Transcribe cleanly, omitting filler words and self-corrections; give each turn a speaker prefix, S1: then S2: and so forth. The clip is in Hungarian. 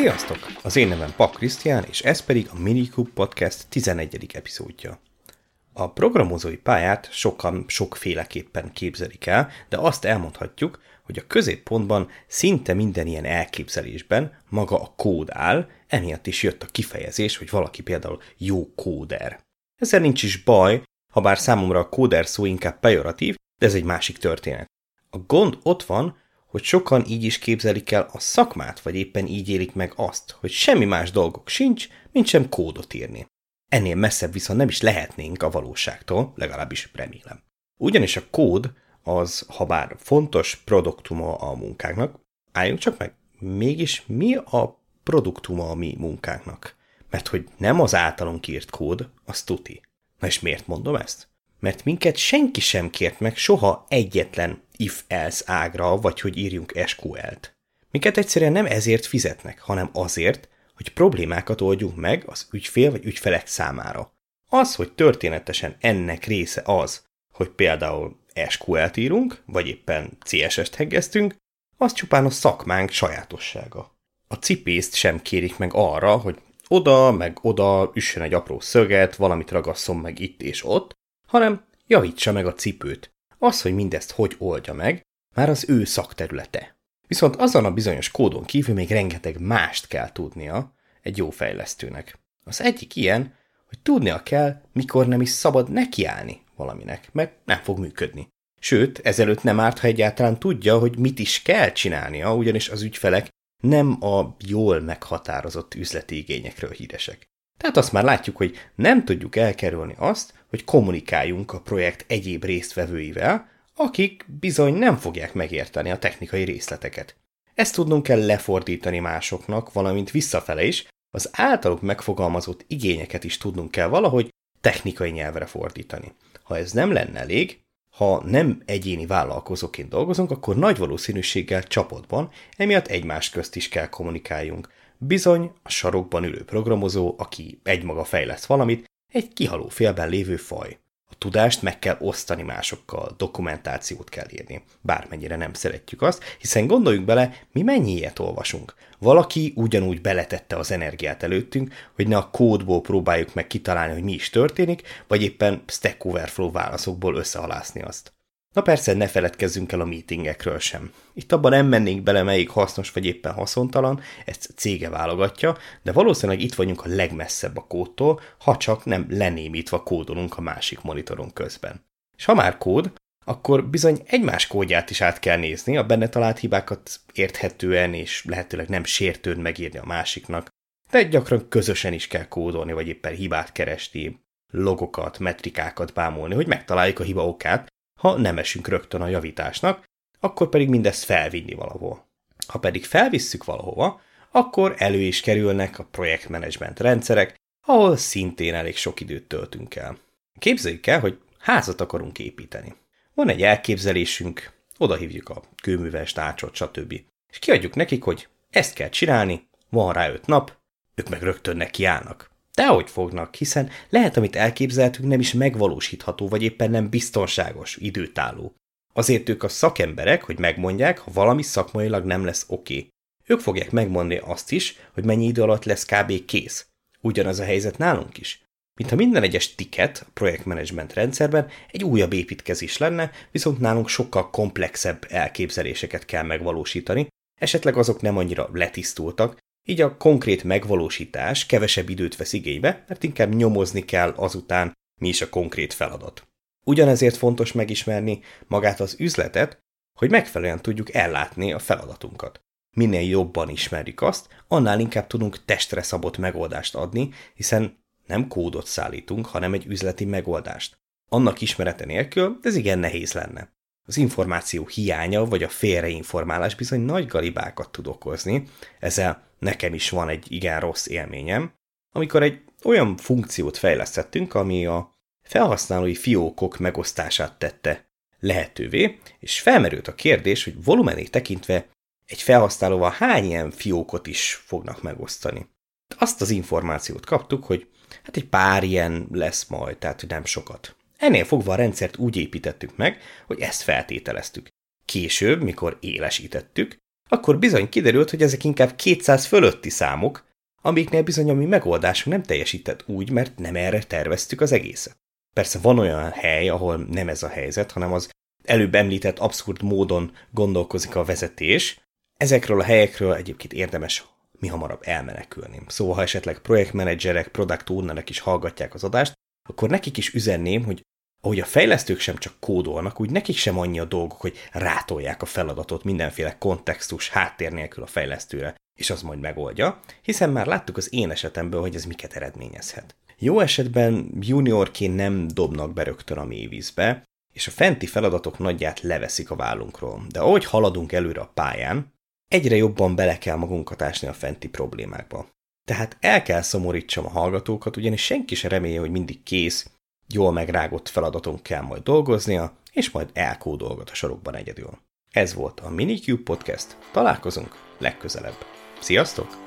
S1: Sziasztok! Az én nevem Pak Krisztián, és ez pedig a Minikub Podcast 11. epizódja. A programozói pályát sokan sokféleképpen képzelik el, de azt elmondhatjuk, hogy a középpontban szinte minden ilyen elképzelésben maga a kód áll, emiatt is jött a kifejezés, hogy valaki például jó kóder. Ezzel nincs is baj, habár számomra a kóder szó inkább pejoratív, de ez egy másik történet. A gond ott van, hogy sokan így is képzelik el a szakmát, vagy éppen így élik meg azt, hogy semmi más dolgok sincs, mint sem kódot írni. Ennél messzebb viszont nem is lehetnénk a valóságtól, legalábbis remélem. Ugyanis a kód az, habár fontos produktuma a munkánknak, álljunk csak meg, mégis mi a produktuma a mi munkánknak? Mert hogy nem az általunk írt kód, az tuti. Na és miért mondom ezt? Mert minket senki sem kért meg soha egyetlen if-else ágra, vagy hogy írjunk SQL-t. Minket egyszerűen nem ezért fizetnek, hanem azért, hogy problémákat oldjunk meg az ügyfél vagy ügyfelek számára. Az, hogy történetesen ennek része az, hogy például SQL-t írunk, vagy éppen CSS-t heggeztünk, az csupán a szakmánk sajátossága. A cipészt sem kérik meg arra, hogy oda, meg oda üssön egy apró szöget, valamit ragasszon meg itt és ott, hanem javítsa meg a cipőt. Az, hogy mindezt hogy oldja meg, már az ő szakterülete. Viszont azon a bizonyos kódon kívül még rengeteg mást kell tudnia egy jó fejlesztőnek. Az egyik ilyen, hogy tudnia kell, mikor nem is szabad nekiállni valaminek, mert nem fog működni. Sőt, ezelőtt nem árt, ha egyáltalán tudja, hogy mit is kell csinálnia, ugyanis az ügyfelek nem a jól meghatározott üzleti igényekről híresek. Tehát azt már látjuk, hogy nem tudjuk elkerülni azt, hogy kommunikáljunk a projekt egyéb résztvevőivel, akik bizony nem fogják megérteni a technikai részleteket. Ezt tudnunk kell lefordítani másoknak, valamint visszafele is, az általuk megfogalmazott igényeket is tudnunk kell valahogy technikai nyelvre fordítani. Ha ez nem lenne elég, ha nem egyéni vállalkozóként dolgozunk, akkor nagy valószínűséggel csapatban, emiatt egymás közt is kell kommunikáljunk. Bizony a sarokban ülő programozó, aki egymaga fejleszt valamit, egy kihaló félben lévő faj. A tudást meg kell osztani másokkal, dokumentációt kell írni. Bármennyire nem szeretjük azt, hiszen gondoljunk bele, mi mennyi ilyet olvasunk. Valaki ugyanúgy beletette az energiát előttünk, hogy ne a kódból próbáljuk meg kitalálni, hogy mi is történik, vagy éppen Stack Overflow válaszokból összehalászni azt. Na persze, ne feledkezzünk el a meetingekről sem. Itt abban nem mennénk bele, melyik hasznos vagy éppen haszontalan, ezt cége válogatja, de valószínűleg itt vagyunk a legmesszebb a kódtól, ha csak nem lenémítva kódolunk a másik monitoron közben. És ha már kód, akkor bizony egymás kódját is át kell nézni, a benne talált hibákat érthetően és lehetőleg nem sértően megírni a másiknak, de gyakran közösen is kell kódolni, vagy éppen hibát keresni, logokat, metrikákat bámulni, hogy megtaláljuk a hiba okát. Ha nem esünk rögtön a javításnak, akkor pedig mindezt felvinni valahol. Ha pedig felvisszük valahova, akkor elő is kerülnek a projektmenedzsment rendszerek, ahol szintén elég sok időt töltünk el. Képzeljük el, hogy házat akarunk építeni. Van egy elképzelésünk, odahívjuk a kőművest, ácsot, stb. És kiadjuk nekik, hogy ezt kell csinálni, van rá 5 nap, ők meg rögtön nekiállnak. Dehogy fognak, hiszen lehet, amit elképzeltünk, nem is megvalósítható, vagy éppen nem biztonságos, időtálló. Azért ők a szakemberek, hogy megmondják, ha valami szakmailag nem lesz oké. Ők fogják megmondani azt is, hogy mennyi idő alatt lesz kb. Kész. Ugyanaz a helyzet nálunk is. Mintha minden egyes ticket a projektmenedzsment rendszerben egy újabb építkezés lenne, viszont nálunk sokkal komplexebb elképzeléseket kell megvalósítani, esetleg azok nem annyira letisztultak, így a konkrét megvalósítás kevesebb időt vesz igénybe, mert inkább nyomozni kell azután, mi is a konkrét feladat. Ugyanezért fontos megismerni magát az üzletet, hogy megfelelően tudjuk ellátni a feladatunkat. Minél jobban ismerjük azt, annál inkább tudunk testre szabott megoldást adni, hiszen nem kódot szállítunk, hanem egy üzleti megoldást. Annak ismerete nélkül ez igen nehéz lenne. Az információ hiánya vagy a félreinformálás bizony nagy galibákat tud okozni, ezzel nekem is van egy igen rossz élményem, amikor egy olyan funkciót fejlesztettünk, ami a felhasználói fiókok megosztását tette lehetővé, és felmerült a kérdés, hogy volumenét tekintve egy felhasználóval hány ilyen fiókot is fognak megosztani. Azt az információt kaptuk, hogy hát egy pár ilyen lesz majd, tehát nem sokat. Ennél fogva a rendszert úgy építettük meg, hogy ezt feltételeztük. Később, mikor élesítettük, akkor bizony kiderült, hogy ezek inkább 200 fölötti számok, amiknél bizony a mi megoldásunk nem teljesített úgy, mert nem erre terveztük az egészet. Persze van olyan hely, ahol nem ez a helyzet, hanem az előbb említett abszurd módon gondolkozik a vezetés. Ezekről a helyekről egyébként érdemes mihamarabb elmenekülni. Szóval, ha esetleg projektmenedzserek, product ownerek is hallgatják az adást, akkor nekik is üzenném, hogy ahogy a fejlesztők sem csak kódolnak, úgy nekik sem annyi a dolgok, hogy rátolják a feladatot mindenféle kontextus, háttér nélkül a fejlesztőre, és az majd megoldja, hiszen már láttuk az én esetemből, hogy ez miket eredményezhet. Jó esetben juniorként nem dobnak be rögtön a mélyvízbe, és a fenti feladatok nagyját leveszik a vállunkról, de ahogy haladunk előre a pályán, egyre jobban bele kell magunkat ásni a fenti problémákba. Tehát el kell szomorítsam a hallgatókat, ugyanis senki se remélje, hogy mindig kész, jól megrágott feladaton kell majd dolgoznia, és majd elkódolgat a sorokban egyedül. Ez volt a Minikube Podcast, találkozunk legközelebb. Sziasztok!